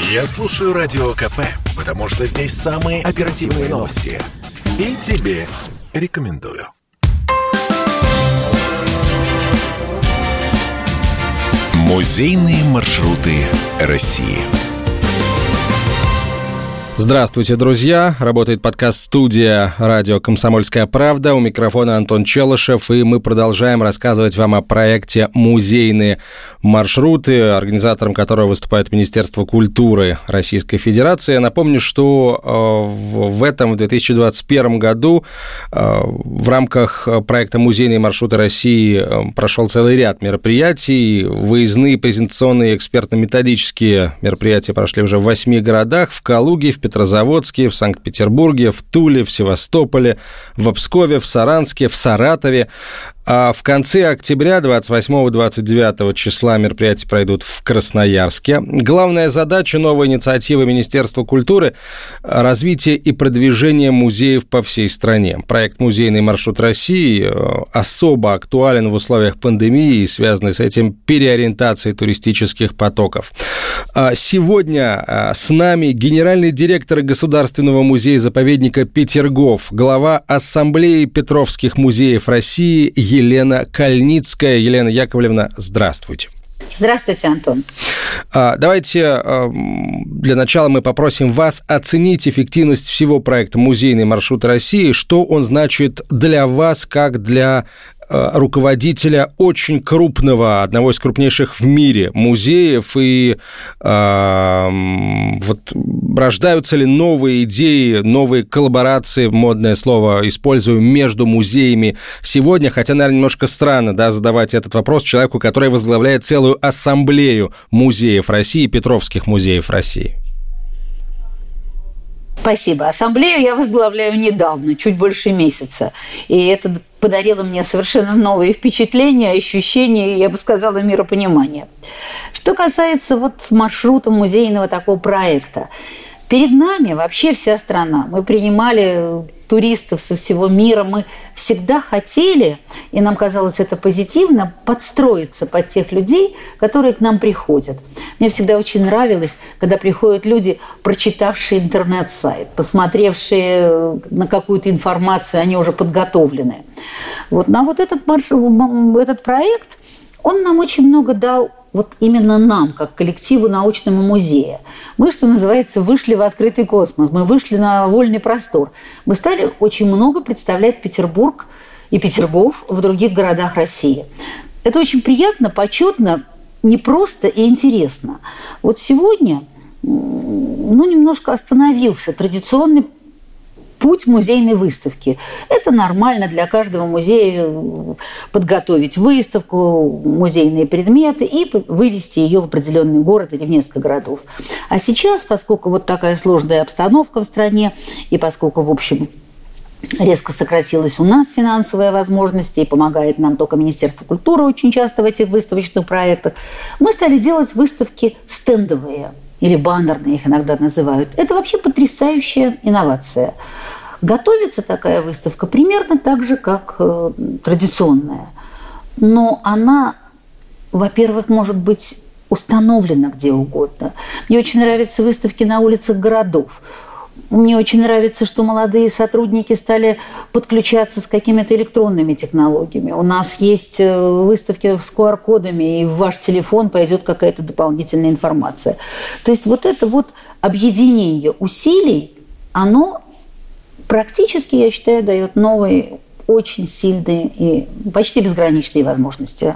Я слушаю Радио КП, потому что здесь самые оперативные новости. И тебе рекомендую. Музейные маршруты России. Здравствуйте, друзья! Работает подкаст-студия «Радио Комсомольская правда». У микрофона Антон Челышев, и мы продолжаем рассказывать вам о проекте «Музейные маршруты», организатором которого выступает Министерство культуры Российской Федерации. Я напомню, что в 2021 году в рамках проекта «Музейные маршруты России» прошел целый ряд мероприятий. Выездные, презентационные, экспертно-методические мероприятия прошли уже в 8 городах: в Калуге, в Петрозаводске, в Санкт-Петербурге, в Туле, в Севастополе, в Пскове, в Саранске, в Саратове. А в конце октября, 28-29 числа, мероприятия пройдут в Красноярске. Главная задача новой инициативы Министерства культуры – развитие и продвижение музеев по всей стране. Проект «Музейный маршрут России» особо актуален в условиях пандемии и связанной с этим переориентацией туристических потоков. Сегодня с нами генеральный директор Государственного музея-заповедника Петергоф, глава Ассамблеи Петровских музеев России Елена Кальницкая. Елена Яковлевна, здравствуйте. Здравствуйте, Антон. Давайте для начала мы попросим вас оценить эффективность всего проекта «Музейный маршрут России». Что он значит для вас, как для руководителя очень крупного, одного из крупнейших в мире музеев, и рождаются ли новые идеи, новые коллаборации, модное слово использую, между музеями сегодня, хотя, наверное, немножко странно, задавать этот вопрос человеку, который возглавляет целую ассамблею музеев России, Петровских музеев России. Спасибо. Ассамблею я возглавляю недавно, чуть больше месяца. И это подарило мне совершенно новые впечатления, ощущения, я бы сказала, миропонимания. Что касается маршрута музейного такого проекта. Перед нами вообще вся страна. Мы принимали туристов со всего мира. Мы всегда хотели, и нам казалось это позитивно, подстроиться под тех людей, которые к нам приходят. Мне всегда очень нравилось, когда приходят люди, прочитавшие интернет-сайт, посмотревшие на какую-то информацию, они уже подготовлены. Этот проект, он нам очень много дал. Именно нам, как коллективу научному музея. Мы, что называется, вышли в открытый космос, мы вышли на вольный простор. Мы стали очень много представлять Петербург и Петергоф в других городах России. Это очень приятно, почетно, непросто и интересно. Сегодня немножко остановился традиционный путь музейной выставки. Это нормально для каждого музея подготовить выставку, музейные предметы и вывести ее в определенный город или в несколько городов. А сейчас, поскольку такая сложная обстановка в стране, и поскольку, в общем, резко сократилась у нас финансовая возможность, и помогает нам только Министерство культуры очень часто в этих выставочных проектах, мы стали делать выставки стендовые, или баннерные их иногда называют. Это вообще потрясающая инновация. Готовится такая выставка примерно так же, как традиционная. Но она, во-первых, может быть установлена где угодно. Мне очень нравятся выставки на улицах городов. Мне очень нравится, что молодые сотрудники стали подключаться с какими-то электронными технологиями. У нас есть выставки с QR-кодами, и в ваш телефон пойдет какая-то дополнительная информация. То есть это объединение усилий, оно практически, я считаю, дает новые, очень сильные и почти безграничные возможности.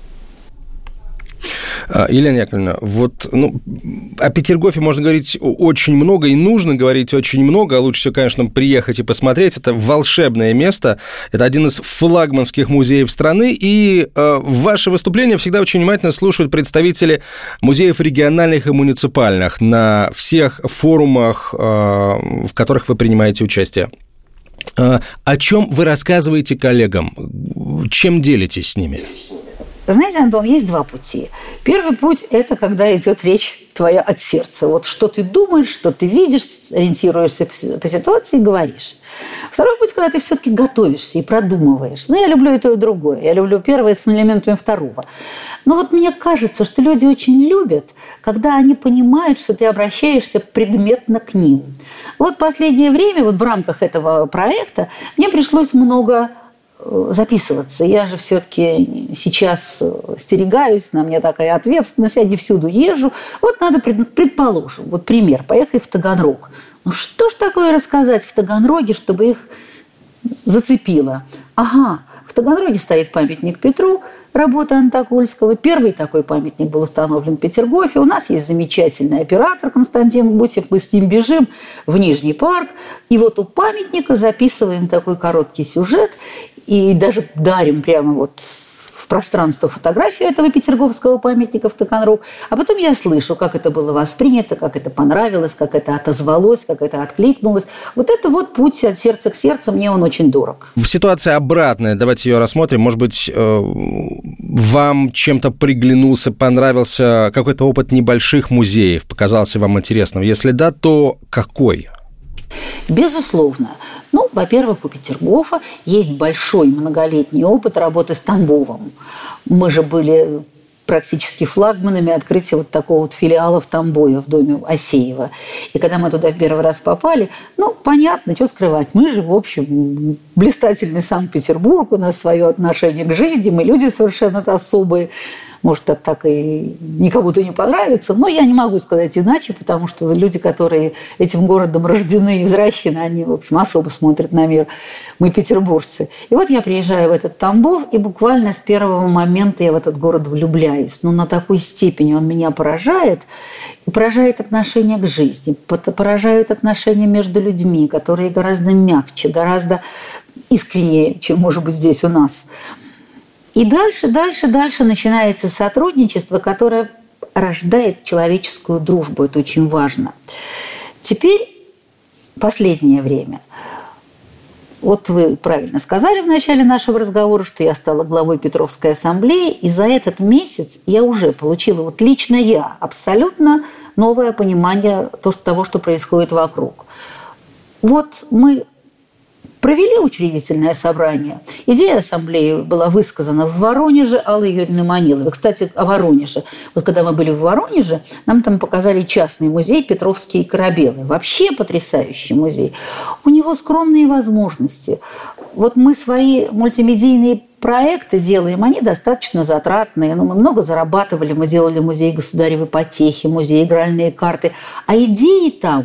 Елена Яковлевна, о Петергофе можно говорить очень много, и нужно говорить очень много, а лучше всего, конечно, приехать и посмотреть. Это волшебное место, это один из флагманских музеев страны, и ваши выступления всегда очень внимательно слушают представители музеев региональных и муниципальных на всех форумах, в которых вы принимаете участие. О чем вы рассказываете коллегам? Чем делитесь с ними? Знаете, Антон, есть два пути. Первый путь – это когда идет речь твоя от сердца. Что ты думаешь, что ты видишь, ориентируешься по ситуации и говоришь. Второй путь, когда ты все-таки готовишься и продумываешь. Я люблю и то, и другое. Я люблю первое с элементами второго. Но вот мне кажется, что люди очень любят, когда они понимают, что ты обращаешься предметно к ним. Вот последнее время, вот в рамках этого проекта, мне пришлось много записываться. Я же все-таки сейчас стерегаюсь, на мне такая ответственность, я не всюду езжу. Вот надо, предположим, вот пример, поехали в Таганрог. Что ж такое рассказать в Таганроге, чтобы их зацепило? Ага, в Таганроге стоит памятник Петру, работа Антокольского. Первый такой памятник был установлен в Петергофе. У нас есть замечательный оператор Константин Гусев. Мы с ним бежим в Нижний парк. И вот у памятника записываем такой короткий сюжет. И даже дарим прямо вот в пространство фотографию этого петерговского памятника в Таганрог. А потом я слышу, как это было воспринято, как это понравилось, как это отозвалось, как это откликнулось. Вот это вот путь от сердца к сердцу, мне он очень дорог. В ситуации обратная, давайте ее рассмотрим. Может быть, вам чем-то приглянулся, понравился какой-то опыт небольших музеев, показался вам интересным? Если да, то какой? Безусловно. Во-первых, у Петергофа есть большой многолетний опыт работы с Тамбовом. Мы же были практически флагманами открытия вот такого вот филиала в Тамбове, в доме Асеева. И когда мы туда в первый раз попали, понятно, что скрывать. Мы же, в общем, блистательный Санкт-Петербург, у нас свое отношение к жизни, мы люди совершенно особые. Может, это так и никому-то не понравится, но я не могу сказать иначе, потому что люди, которые этим городом рождены и взращены, они, в общем, особо смотрят на мир. Мы петербуржцы. И вот я приезжаю в этот Тамбов, и буквально с первого момента я в этот город влюбляюсь. На такой степени он меня поражает. И поражает отношение к жизни, поражают отношения между людьми, которые гораздо мягче, гораздо искреннее, чем, может быть, здесь у нас. И дальше начинается сотрудничество, которое рождает человеческую дружбу. Это очень важно. Теперь последнее время. Вот вы правильно сказали в начале нашего разговора, что я стала главой Петровской ассамблеи, и за этот месяц я уже получила, вот лично я, абсолютно новое понимание того, что происходит вокруг. Вот мы провели учредительное собрание. Идея ассамблеи была высказана в Воронеже Аллой Юрьевной Маниловой. Кстати, о Воронеже. Вот когда мы были в Воронеже, нам там показали частный музей «Петровские корабелы». Вообще потрясающий музей. У него скромные возможности. Вот мы свои мультимедийные проекты делаем, они достаточно затратные. Мы много зарабатывали. Мы делали музей государевой потехи, музей игральные карты. А идеи там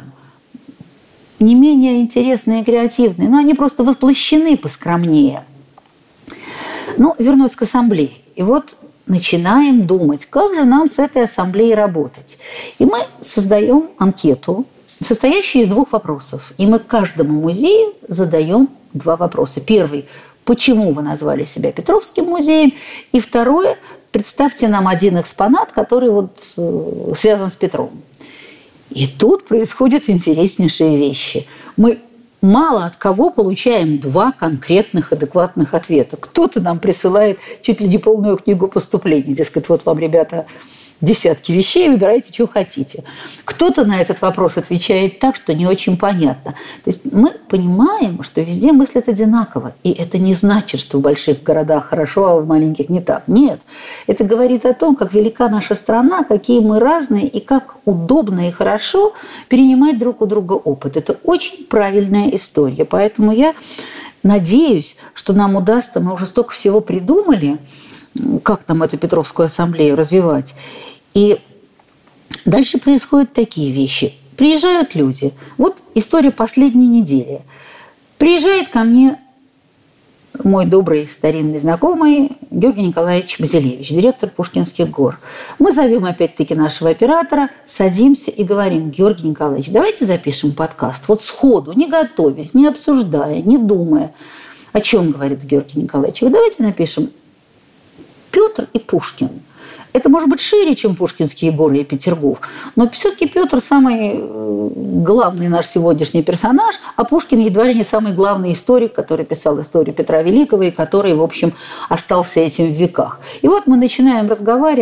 не менее интересные и креативные, но они просто воплощены поскромнее. Вернусь к ассамблее. И вот начинаем думать, как же нам с этой ассамблеей работать. И мы создаем анкету, состоящую из 2 вопросов. И мы каждому музею задаем 2 вопроса. Первый – почему вы назвали себя Петровским музеем? И второе – представьте нам один экспонат, который связан с Петром. И тут происходят интереснейшие вещи. Мы мало от кого получаем 2 конкретных, адекватных ответа. Кто-то нам присылает чуть ли не полную книгу поступлений. Дескать, вот вам, ребята, десятки вещей, выбирайте, что хотите. Кто-то на этот вопрос отвечает так, что не очень понятно. То есть мы понимаем, что везде мыслят одинаково. И это не значит, что в больших городах хорошо, а в маленьких не так. Нет. Это говорит о том, как велика наша страна, какие мы разные и как удобно и хорошо перенимать друг у друга опыт. Это очень правильная история. Поэтому я надеюсь, что нам удастся, мы уже столько всего придумали, как нам эту Петровскую ассамблею развивать. И дальше происходят такие вещи. Приезжают люди. Вот история последней недели. Приезжает ко мне мой добрый старинный знакомый Георгий Николаевич Базилевич, директор Пушкинских гор. Мы зовем опять-таки нашего оператора, садимся и говорим: Георгий Николаевич, давайте запишем подкаст. Вот сходу, не готовясь, не обсуждая, не думая. О чем говорит Георгий Николаевич? Вы давайте напишем Петр и Пушкин. Это может быть шире, чем Пушкинские горы и Петергоф, но все-таки Петр самый главный наш сегодняшний персонаж, а Пушкин едва ли не самый главный историк, который писал историю Петра Великого и который, в общем, остался этим в веках. И вот мы начинаем разговаривать,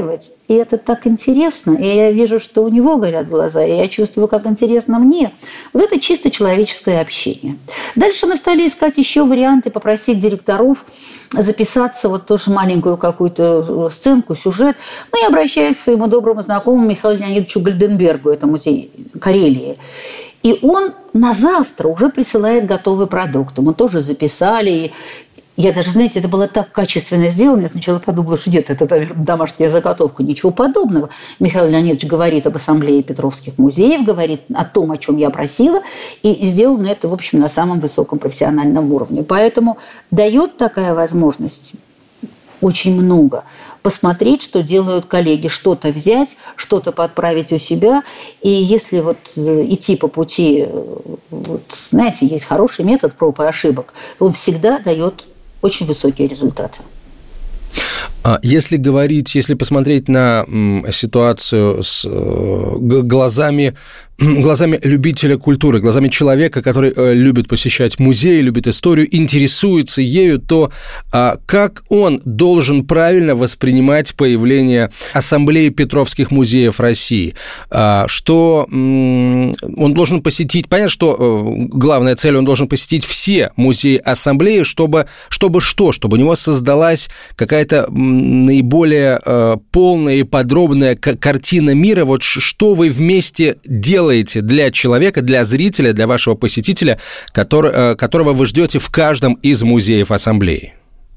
И это так интересно, и я вижу, что у него горят глаза, и я чувствую, как интересно мне. Вот это чисто человеческое общение. Дальше мы стали искать еще варианты, попросить директоров записаться, вот тоже маленькую какую-то сценку, сюжет. Ну, я обращаюсь к своему доброму знакомому Михаилу Леонидовичу Гальденбергу, это музей Карелии. И он на завтра уже присылает готовый продукт. Мы тоже записали, и я даже, знаете, это было так качественно сделано, я сначала подумала, что нет, это, наверное, домашняя заготовка. Ничего подобного. Михаил Леонидович говорит об ассамблее Петровских музеев, говорит о том, о чем я просила, и сделано это, в общем, на самом высоком профессиональном уровне. Поэтому дает такая возможность очень много посмотреть, что делают коллеги, что-то взять, что-то подправить у себя. И если вот идти по пути, вот, знаете, есть хороший метод проб и ошибок, он всегда дает очень высокие результаты. Если посмотреть на ситуацию с глазами любителя культуры, глазами человека, который любит посещать музеи, любит историю, интересуется ею, то как он должен правильно воспринимать появление Ассамблеи Петровских музеев России? Что он должен посетить? Понятно, что главная цель, он должен посетить все музеи Ассамблеи, чтобы у него создалась какая-то наиболее полная и подробная картина мира. Вот что вы вместе делаете для человека, для зрителя, для вашего посетителя, которого вы ждете в каждом из музеев Ассамблеи?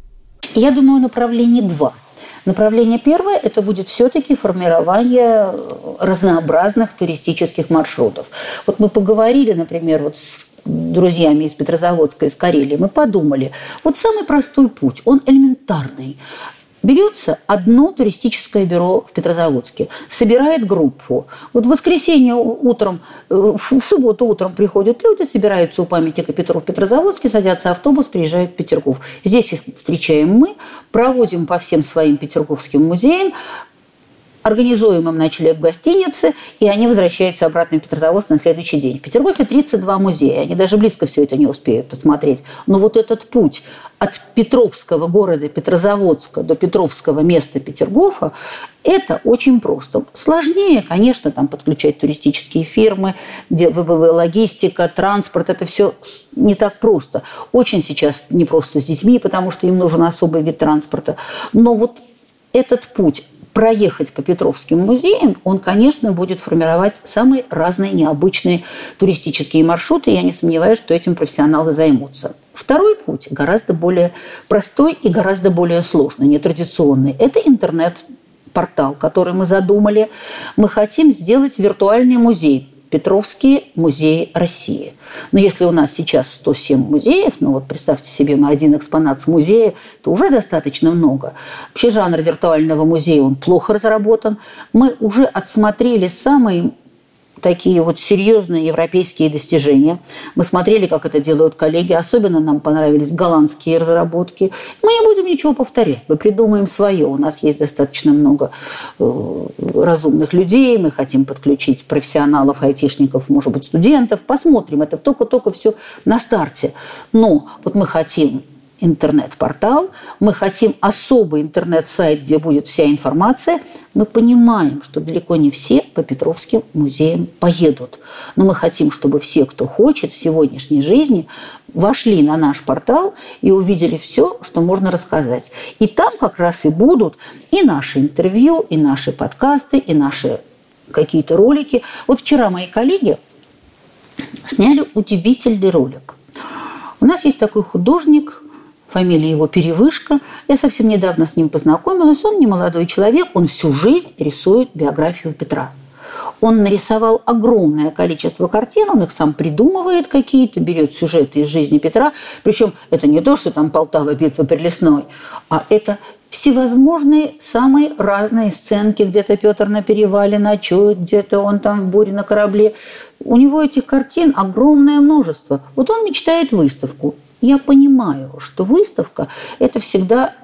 Я думаю, направлений два. Направление первое – это будет все-таки формирование разнообразных туристических маршрутов. Вот мы поговорили, например, вот с друзьями из Петрозаводска, из Карелии, мы подумали, вот самый простой путь, он элементарный. Берется одно туристическое бюро в Петрозаводске, собирает группу. Вот в воскресенье утром, в субботу утром приходят люди, собираются у памятника Петров в Петрозаводске, садятся в автобус, приезжают в Петергоф. Здесь их встречаем мы, проводим по всем своим петерговским музеям, организуем им ночлег в гостинице, и они возвращаются обратно в Петрозаводск на следующий день. В Петергофе 32 музея, они даже близко все это не успеют посмотреть. Но вот этот путь от Петровского города Петрозаводска до Петровского места Петергофа, это очень просто. Сложнее, конечно, там подключать туристические фирмы, логистика, транспорт, это все не так просто. Очень сейчас не просто с детьми, потому что им нужен особый вид транспорта. Но вот этот путь проехать по Петровским музеям, он, конечно, будет формировать самые разные необычные туристические маршруты. Я не сомневаюсь, что этим профессионалы займутся. Второй путь гораздо более простой и гораздо более сложный, нетрадиционный. Это интернет-портал, который мы задумали. Мы хотим сделать виртуальный музей. Петровские музеи России. Но если у нас сейчас 107 музеев, ну вот представьте себе, мы один экспонат с музея, то уже достаточно много. Вообще жанр виртуального музея, он плохо разработан. Мы уже отсмотрели самые такие вот серьезные европейские достижения. Мы смотрели, как это делают коллеги. Особенно нам понравились голландские разработки. Мы не будем ничего повторять. Мы придумаем свое. У нас есть достаточно много разумных людей. Мы хотим подключить профессионалов, айтишников, может быть, студентов. Посмотрим. Это только-только все на старте. Но вот мы хотим интернет-портал, мы хотим особый интернет-сайт, где будет вся информация. Мы понимаем, что далеко не все по Петровским музеям поедут. Но мы хотим, чтобы все, кто хочет в сегодняшней жизни, вошли на наш портал и увидели все, что можно рассказать. И там как раз и будут и наши интервью, и наши подкасты, и наши какие-то ролики. Вот вчера мои коллеги сняли удивительный ролик. У нас есть такой художник, фамилия его Перевышко. Я совсем недавно с ним познакомилась. Он не молодой человек, он всю жизнь рисует биографию Петра. Он нарисовал огромное количество картин, он их сам придумывает какие-то, берет сюжеты из жизни Петра. Причем это не то, что там Полтава, битва при Лесной, а это всевозможные, самые разные сценки. Где-то Петр на перевале ночует, где-то он там в буре на корабле. У него этих картин огромное множество. Вот он мечтает выставку. Я понимаю, что выставка – это всегда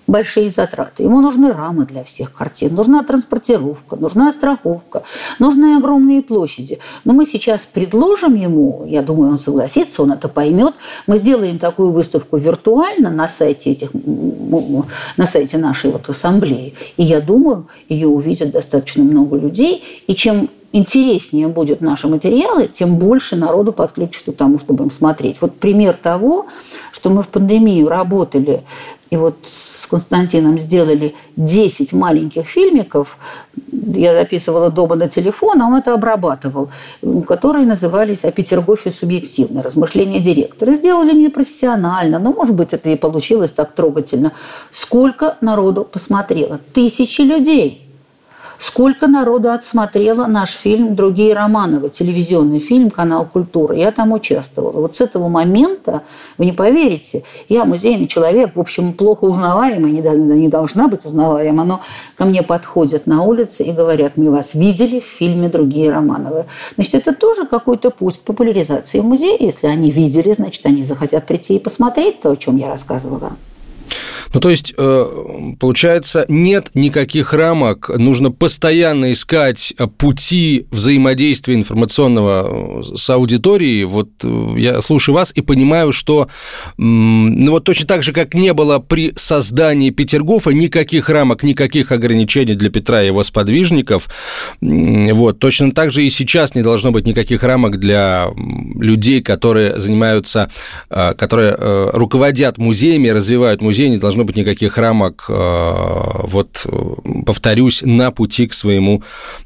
большие затраты. Ему нужны рамы для всех картин, нужна транспортировка, нужна страховка, нужны огромные площади. Но мы сейчас предложим ему, я думаю, он согласится, он это поймет, мы сделаем такую выставку виртуально на сайте нашей ассамблеи. И я думаю, ее увидят достаточно много людей. И чем интереснее будут наши материалы, тем больше народу подключится к тому, чтобы им смотреть. Вот пример того, что мы в пандемию работали, и вот с Константином сделали 10 маленьких фильмиков, я записывала дома на телефон, а он это обрабатывал, которые назывались «О Петергофе субъективно. Размышления директора». Сделали непрофессионально, но, может быть, это и получилось так трогательно. Сколько народу посмотрело? 1000 людей. Сколько народу отсмотрело наш фильм «Другие Романовы», телевизионный фильм, канал «Культура». Я там участвовала. Вот с этого момента, вы не поверите, я музейный человек, в общем, плохо узнаваемый, не должна быть узнаваема, но ко мне подходят на улице и говорят: мы вас видели в фильме «Другие Романовы». Значит, это тоже какой-то путь к популяризации музея. Если они видели, значит, они захотят прийти и посмотреть то, о чем я рассказывала. Ну, то есть, получается, нет никаких рамок, нужно постоянно искать пути взаимодействия информационного с аудиторией. Вот я слушаю вас и понимаю, что вот точно так же, как не было при создании Петергофа никаких рамок, никаких ограничений для Петра и его сподвижников, вот, точно так же и сейчас не должно быть никаких рамок для людей, которые занимаются, которые руководят музеями, развивают музей, не должно быть никаких рамок, вот, повторюсь, на пути к своему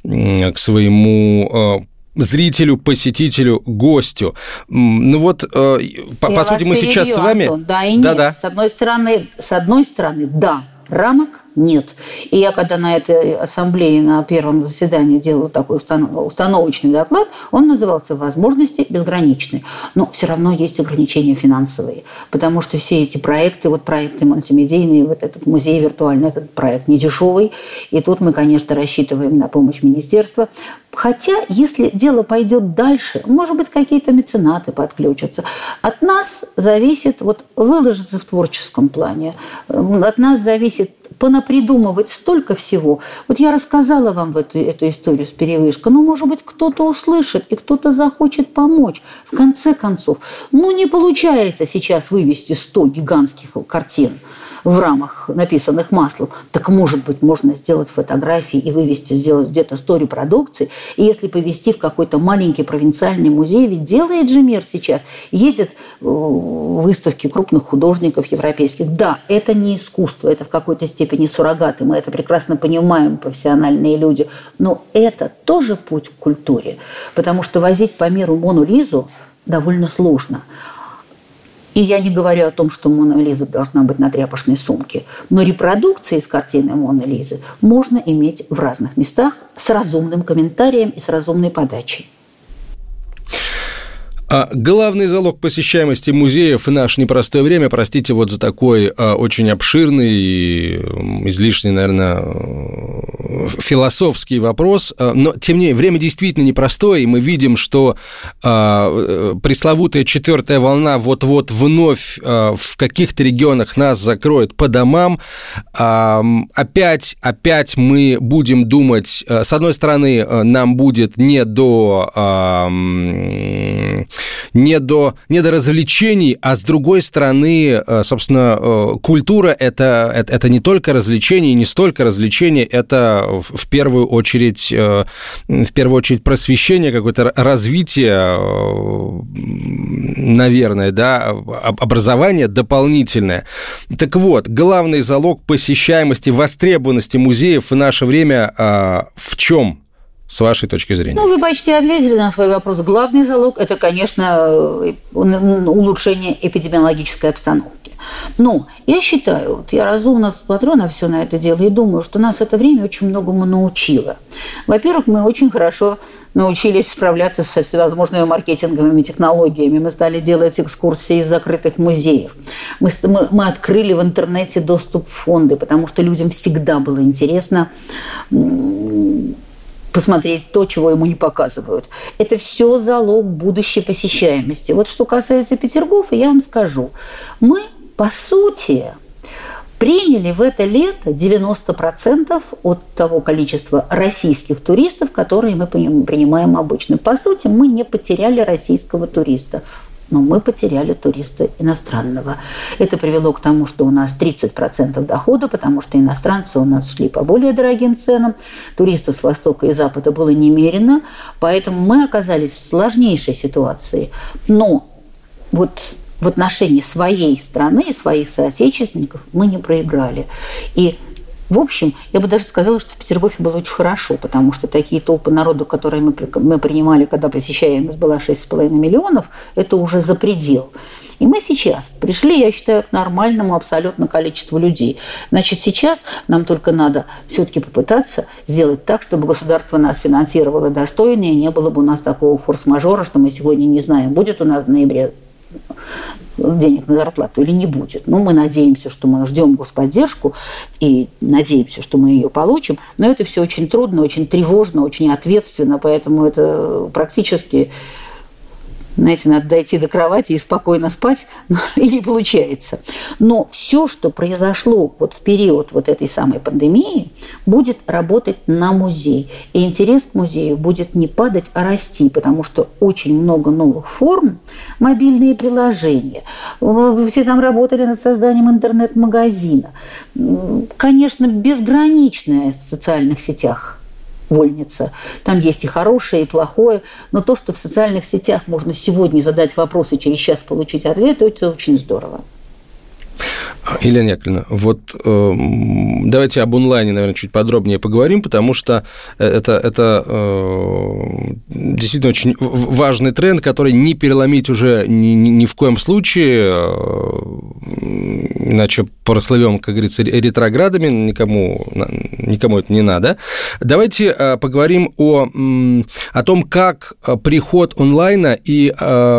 зрителю, посетителю, гостю. Ну вот, по сути, мы сейчас с вами... Антон, да и нет. Да. С одной стороны, да, рамок нет. И я, когда на этой ассамблее, на первом заседании делала такой установочный доклад, он назывался «Возможности безграничны». Но все равно есть ограничения финансовые, потому что все эти проекты, вот проекты мультимедийные, вот этот музей виртуальный, этот проект не дешевый, и тут мы, конечно, рассчитываем на помощь министерства. Хотя, если дело пойдет дальше, может быть, какие-то меценаты подключатся. От нас зависит вот выложиться в творческом плане, от нас зависит понапридумывать столько всего. Вот я рассказала вам эту историю с перевышкой. Ну, может быть, кто-то услышит, и кто-то захочет помочь. В конце концов, не получается сейчас вывести 100 гигантских картин в рамах, написанных маслом. Так, может быть, можно сделать фотографии и вывести, сделать где-то 100 репродукций. И если повезти в какой-то маленький провинциальный музей, ведь делает же мир сейчас. Ездят выставки крупных художников европейских. Да, это не искусство, это в какой-то степени суррогаты. Мы это прекрасно понимаем, профессиональные люди. Но это тоже путь к культуре. Потому что возить по миру Мону Лизу довольно сложно. И я не говорю о том, что Мона Лиза должна быть на тряпочной сумке. Но репродукции с картины Моны Лизы можно иметь в разных местах с разумным комментарием и с разумной подачей. Главный залог посещаемости музеев в наше непростое время, простите вот за такой очень обширный и излишне, наверное, философский вопрос, но, тем не менее, время действительно непростое, и мы видим, что пресловутая 4-я волна вот-вот вновь в каких-то регионах нас закроет по домам. Опять мы будем думать, с одной стороны, нам будет не до развлечений, а с другой стороны, собственно, культура – это не только развлечения, не столько развлечения, это в первую очередь просвещение, какое-то развитие, наверное, да, образование дополнительное. Так вот, главный залог посещаемости, востребованности музеев в наше время в чем? С вашей точки зрения? Вы почти ответили на свой вопрос. Главный залог – это, конечно, улучшение эпидемиологической обстановки. Но я считаю, я разумно смотрю на все на это дело и думаю, что нас это время очень многому научило. Во-первых, мы очень хорошо научились справляться с всевозможными маркетинговыми технологиями. Мы стали делать экскурсии из закрытых музеев. Мы открыли в интернете доступ в фонды, потому что людям всегда было интересно посмотреть то, чего ему не показывают. Это все залог будущей посещаемости. Вот что касается Петергофа, я вам скажу. Мы, по сути, приняли в это лето 90% от того количества российских туристов, которые мы принимаем обычно. По сути, мы не потеряли российского туриста, но мы потеряли туриста иностранного. Это привело к тому, что у нас 30% дохода, потому что иностранцы у нас шли по более дорогим ценам, туристов с Востока и Запада было немерено, поэтому мы оказались в сложнейшей ситуации. Но вот в отношении своей страны и своих соотечественников мы не проиграли. И, в общем, я бы даже сказала, что в Петергофе было очень хорошо, потому что такие толпы народу, которые мы принимали, когда посещаемость была 6,5 миллионов, это уже за предел. И мы сейчас пришли, я считаю, к нормальному абсолютно количеству людей. Значит, сейчас нам только надо все-таки попытаться сделать так, чтобы государство нас финансировало достойно, и не было бы у нас такого форс-мажора, что мы сегодня не знаем, будет у нас в ноябре денег на зарплату или не будет. Но мы надеемся, что мы ждем господдержку и надеемся, что мы ее получим. Но это все очень трудно, очень тревожно, очень ответственно, поэтому это практически, знаете, надо дойти до кровати и спокойно спать, и не получается. Но все, что произошло вот в период вот этой самой пандемии, будет работать на музей. И интерес к музею будет не падать, а расти, потому что очень много новых форм, мобильные приложения. Все там работали над созданием интернет-магазина. Конечно, безграничная в социальных сетях вольница. Там есть и хорошее, и плохое, но то, что в социальных сетях можно сегодня задать вопрос и через час получить ответ, это очень здорово. Елена Яковлевна, вот давайте об онлайне, наверное, чуть подробнее поговорим, потому что это действительно очень важный тренд, который не переломить уже ни в коем случае, иначе прослывем, как говорится, ретроградами, никому это не надо. Давайте поговорим о том, как приход онлайна и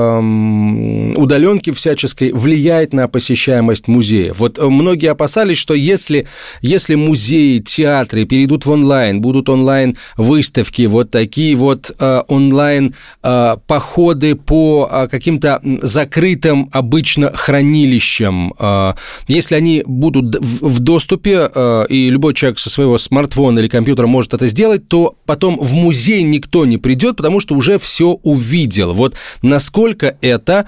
удаленки всяческой влияет на посещаемость музея. Вот многие опасались, что если музеи, театры перейдут в онлайн, будут онлайн-выставки, вот такие вот онлайн-походы по каким-то закрытым обычно хранилищам, если они будут в доступе, и любой человек со своего смартфона или компьютера может это сделать, то потом в музей никто не придет, потому что уже все увидел. Вот насколько это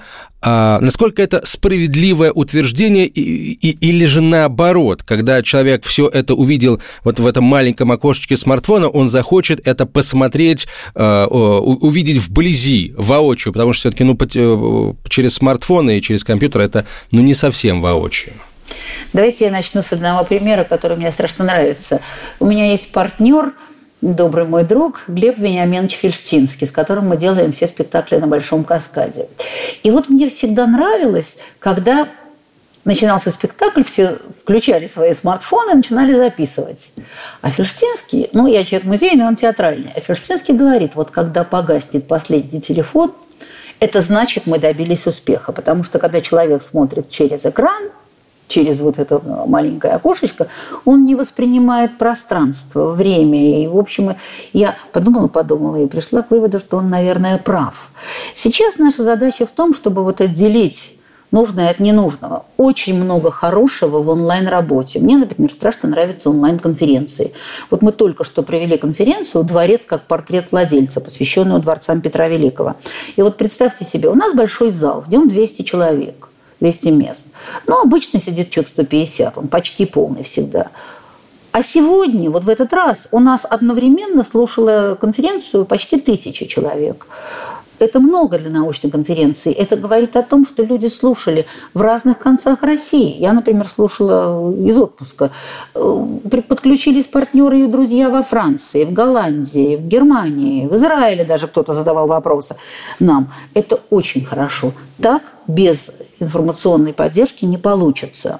справедливое утверждение или же наоборот, когда человек все это увидел вот в этом маленьком окошечке смартфона, он захочет это посмотреть, увидеть вблизи, воочию, потому что все-таки через смартфон и через компьютер это не совсем воочию. Давайте я начну с одного примера, который мне страшно нравится. У меня есть партнер, добрый мой друг Глеб Вениаминович Фельштинский, с которым мы делаем все спектакли на Большом Каскаде. И вот мне всегда нравилось, когда начинался спектакль, все включали свои смартфоны и начинали записывать. А Фельштинский, я человек музейный, он театральный, а Фельштинский говорит, вот когда погаснет последний телефон, это значит, мы добились успеха, потому что когда человек смотрит через экран, через вот это маленькое окошечко, он не воспринимает пространство, время. И, в общем, я подумала и пришла к выводу, что он, наверное, прав. Сейчас наша задача в том, чтобы вот отделить нужное от ненужного. Очень много хорошего в онлайн-работе. Мне, например, страшно нравятся онлайн-конференции. Вот мы только что провели конференцию «Дворец как портрет владельца», посвященную дворцам Петра Великого. И вот представьте себе, у нас большой зал, в нем 200 человек. 200 мест. Обычно сидит человек 150, он почти полный всегда. А сегодня, вот в этот раз, у нас одновременно слушало конференцию почти 1000 человек. Это много для научной конференции. Это говорит о том, что люди слушали в разных концах России. Я, например, слушала из отпуска. Подключились партнеры и друзья во Франции, в Голландии, в Германии, в Израиле даже кто-то задавал вопросы нам. Это очень хорошо. Так без информационной поддержки не получится.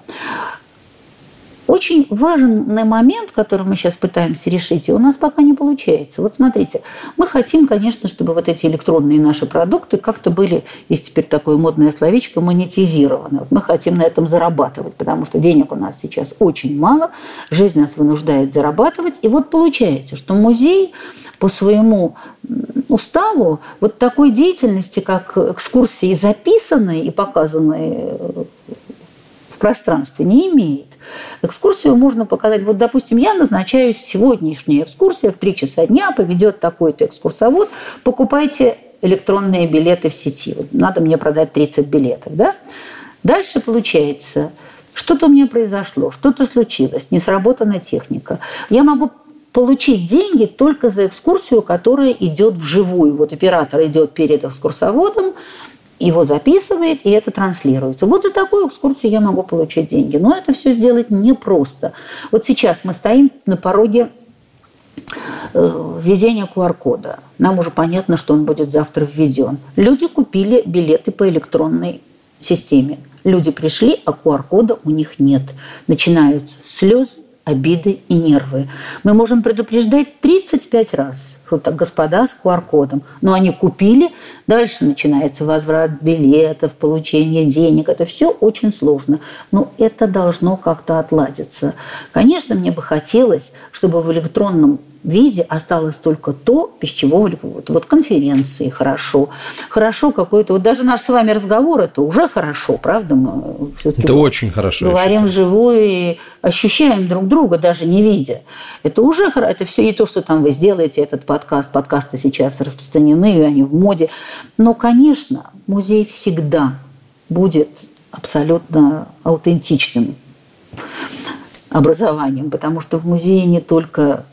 Очень важный момент, который мы сейчас пытаемся решить, и у нас пока не получается. Вот смотрите, мы хотим, конечно, чтобы вот эти электронные наши продукты как-то были, есть теперь такое модное словечко, монетизированы. Вот мы хотим на этом зарабатывать, потому что денег у нас сейчас очень мало, жизнь нас вынуждает зарабатывать. И вот получается, что музей по своему уставу вот такой деятельности, как экскурсии, записанные и показанные в пространстве, не имеет. Экскурсию можно показать. Вот, допустим, я назначаю сегодняшняя экскурсия в 3 часа дня, поведет такой-то экскурсовод, покупайте электронные билеты в сети. Вот надо мне продать 30 билетов, да? Дальше получается, что-то у меня произошло, что-то случилось, не сработана техника. Я могу получить деньги только за экскурсию, которая идет вживую. Вот оператор идет перед экскурсоводом, его записывает, и это транслируется. Вот за такую экскурсию я могу получить деньги. Но это все сделать непросто. Вот сейчас мы стоим на пороге введения QR-кода. Нам уже понятно, что он будет завтра введен. Люди купили билеты по электронной системе. Люди пришли, а QR-кода у них нет. Начинаются слезы, обиды и нервы. Мы можем предупреждать 35 раз, что так, господа, с QR-кодом. Но они купили, дальше начинается возврат билетов, получение денег. Это все очень сложно. Но это должно как-то отладиться. Конечно, мне бы хотелось, чтобы в электронном виде осталось только то, без чего вот конференции хорошо. Хорошо какой-то... Вот даже наш с вами разговор, это уже хорошо, правда? Мы это очень хорошо. Говорим вживую и ощущаем друг друга, даже не видя. Это уже хорошо. Это все и то, что там вы сделаете, этот подкаст. Подкасты сейчас распространены, они в моде. Но, конечно, музей всегда будет абсолютно аутентичным образованием, потому что в музее не только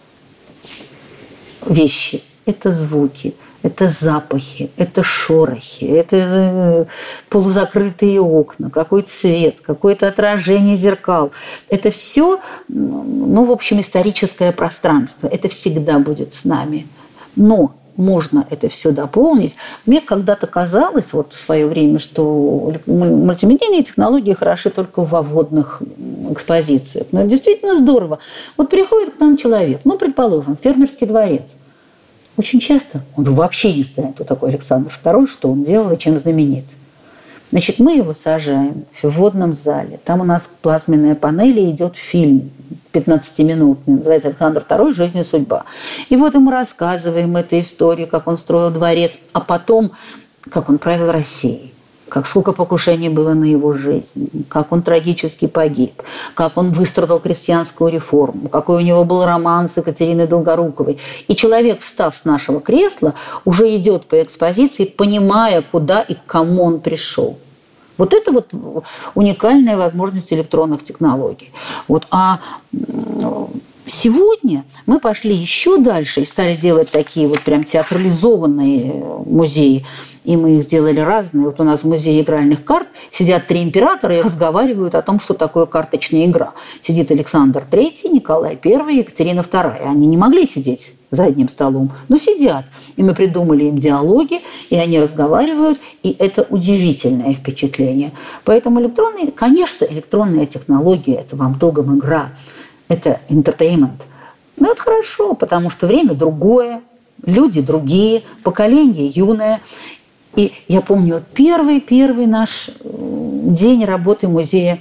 вещи, это звуки, это запахи, это шорохи, это полузакрытые окна, какой-то свет, какое-то отражение зеркал. Это все, в общем, историческое пространство. Это всегда будет с нами. Но можно это все дополнить. Мне когда-то казалось, вот в свое время, что мультимедийные технологии хороши только в вводных экспозициях. Но это действительно здорово. Вот приходит к нам человек, предположим, фермерский дворец. Очень часто он вообще не знает, кто такой Александр II, что он делал и чем знаменит. Значит, мы его сажаем в вводном зале. Там у нас плазменная панель, и идет фильм 15-минутный, называется «Александр II. Жизнь и судьба». И вот ему рассказываем эту историю, как он строил дворец, а потом, как он правил Россией, сколько покушений было на его жизнь, как он трагически погиб, как он выстрадал крестьянскую реформу, какой у него был роман с Екатериной Долгоруковой. И человек, встав с нашего кресла, уже идет по экспозиции, понимая, куда и к кому он пришел. Вот это вот уникальная возможность электронных технологий. А сегодня мы пошли еще дальше и стали делать такие вот прям театрализованные музеи. И мы их сделали разные. Вот у нас в музее игральных карт сидят 3 императора и разговаривают о том, что такое карточная игра. Сидит Александр III, Николай I, Екатерина II. Они не могли сидеть за одним столом, но сидят. И мы придумали им диалоги, и они разговаривают, и это удивительное впечатление. Поэтому конечно, электронная технология – это во многом игра, это entertainment. Но это хорошо, потому что время другое, люди другие, поколение юное. И я помню, вот первый наш день работы музея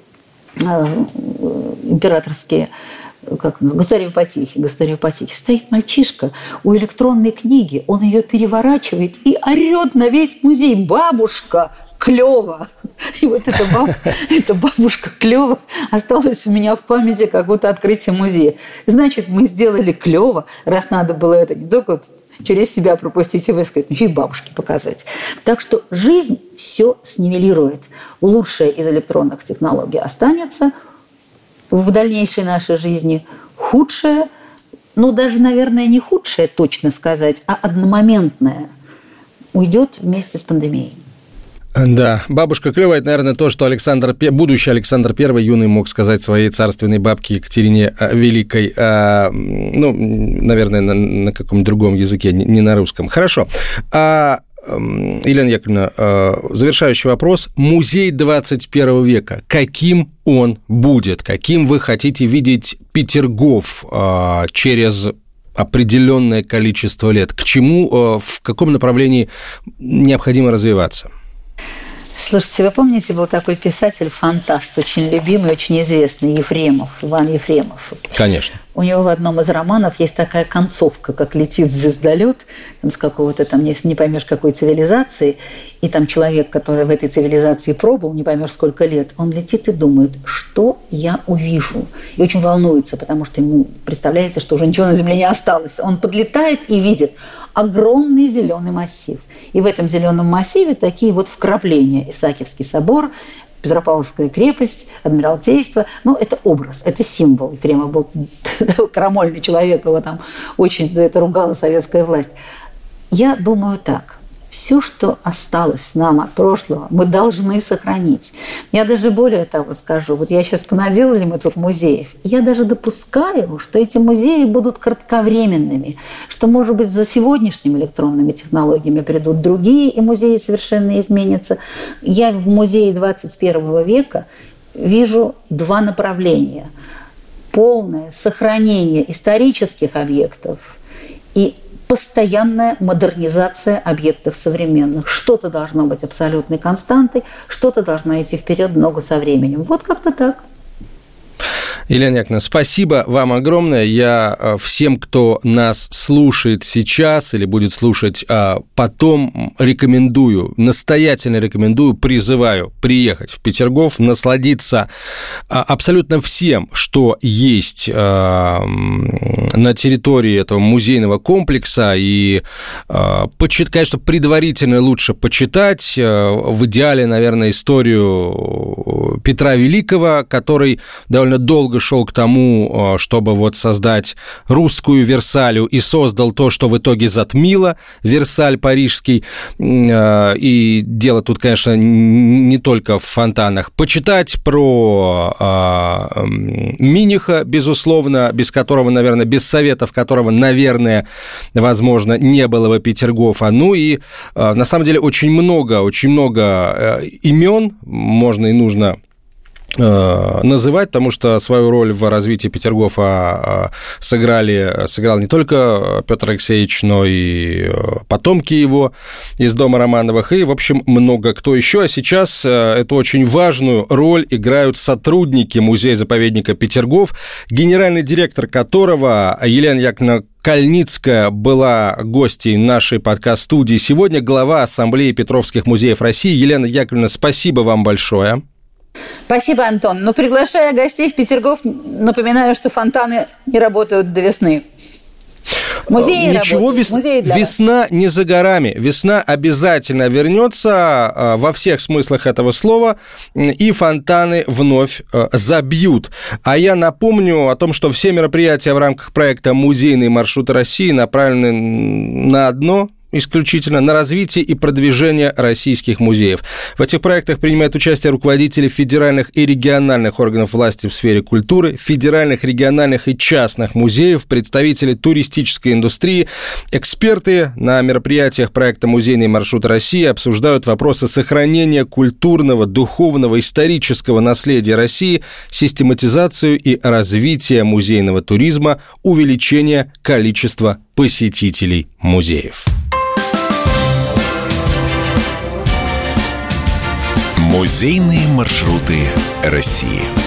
императорские, Государевы потехи. Стоит мальчишка у электронной книги, он ее переворачивает и орет на весь музей: «Бабушка, клево!» И вот эта бабушка клево осталась у меня в памяти, как будто открытие музея. Значит, мы сделали клево, раз надо было это не только через себя пропустить и высказать, но еще и бабушке показать. Так что жизнь все снивелирует. Лучшее из электронных технологий останется в дальнейшей нашей жизни, худшее, даже, наверное, не худшее точно сказать, а одномоментное уйдет вместе с пандемией. Да, бабушка клёвая, это, наверное, то, что будущий Александр I юный мог сказать своей царственной бабке Екатерине Великой, наверное, на каком-нибудь другом языке, не на русском. Хорошо. Елена Яковлевна, завершающий вопрос. Музей 21 века. Каким он будет? Каким вы хотите видеть Петергоф через определенное количество лет? К чему, в каком направлении необходимо развиваться? Слушайте, вы помните, был такой писатель-фантаст, очень любимый, очень известный, Ефремов, Иван Ефремов? Конечно. У него в одном из романов есть такая концовка, как летит звездолет с какого-то там, не поймешь какой цивилизации, и там человек, который в этой цивилизации пробыл, не поймешь сколько лет, он летит и думает, что я увижу. И очень волнуется, потому что ему представляется, что уже ничего на Земле не осталось. Он подлетает и видит огромный зеленый массив. И в этом зеленом массиве такие вот вкрапления. Исаакиевский собор, Петропавловская крепость, Адмиралтейство. Ну, это образ, это символ. Ефремов был крамольный человек, его там очень за это ругала советская власть. Я думаю так. Все, что осталось нам от прошлого, мы должны сохранить. Я даже более того скажу. Вот я сейчас понаделали мы тут музеев. Я даже допускаю, что эти музеи будут кратковременными. Что, может быть, за сегодняшними электронными технологиями придут другие, и музеи совершенно изменятся. Я в музее 21 века вижу два направления. Полное сохранение исторических объектов и постоянная модернизация объектов современных. Что-то должно быть абсолютной константой, что-то должно идти вперед много со временем. Вот как-то так. Елена Яковлевна, спасибо вам огромное. Я всем, кто нас слушает сейчас или будет слушать потом, рекомендую, настоятельно рекомендую, призываю приехать в Петергоф, насладиться абсолютно всем, что есть на территории этого музейного комплекса. И, конечно, предварительно лучше почитать. В идеале, наверное, историю Петра Великого, который довольно долго шел к тому, чтобы вот создать русскую Версалю, и создал то, что в итоге затмило Версаль парижский. И дело тут, конечно, не только в фонтанах. Почитать про Миниха, безусловно, без которого, наверное, без советов которого, наверное, возможно, не было бы Петергофа. Ну и, на самом деле, очень много имен можно и нужно называть, потому что свою роль в развитии Петергофа сыграл не только Петр Алексеевич, но и потомки его из дома Романовых, и, в общем, много кто еще. А сейчас эту очень важную роль играют сотрудники музея-заповедника Петергоф, генеральный директор которого Елена Яковлевна Кальницкая была гостьей нашей подкаст-студии сегодня, глава Ассамблеи Петровских музеев России. Елена Яковлевна, спасибо вам большое. Спасибо, Антон. Но приглашая гостей в Петергоф, напоминаю, что фонтаны не работают до весны. Музеи Ничего, весна не за горами. Весна обязательно вернется во всех смыслах этого слова, и фонтаны вновь забьют. А я напомню о том, что все мероприятия в рамках проекта «Музейные маршруты России» направлены на одно – исключительно на развитие и продвижение российских музеев. В этих проектах принимают участие руководители федеральных и региональных органов власти в сфере культуры, федеральных, региональных и частных музеев, представители туристической индустрии. Эксперты на мероприятиях проекта «Музейные маршруты России» обсуждают вопросы сохранения культурного, духовного, исторического наследия России, систематизацию и развитие музейного туризма, увеличение количества посетителей музеев. Музейные маршруты России.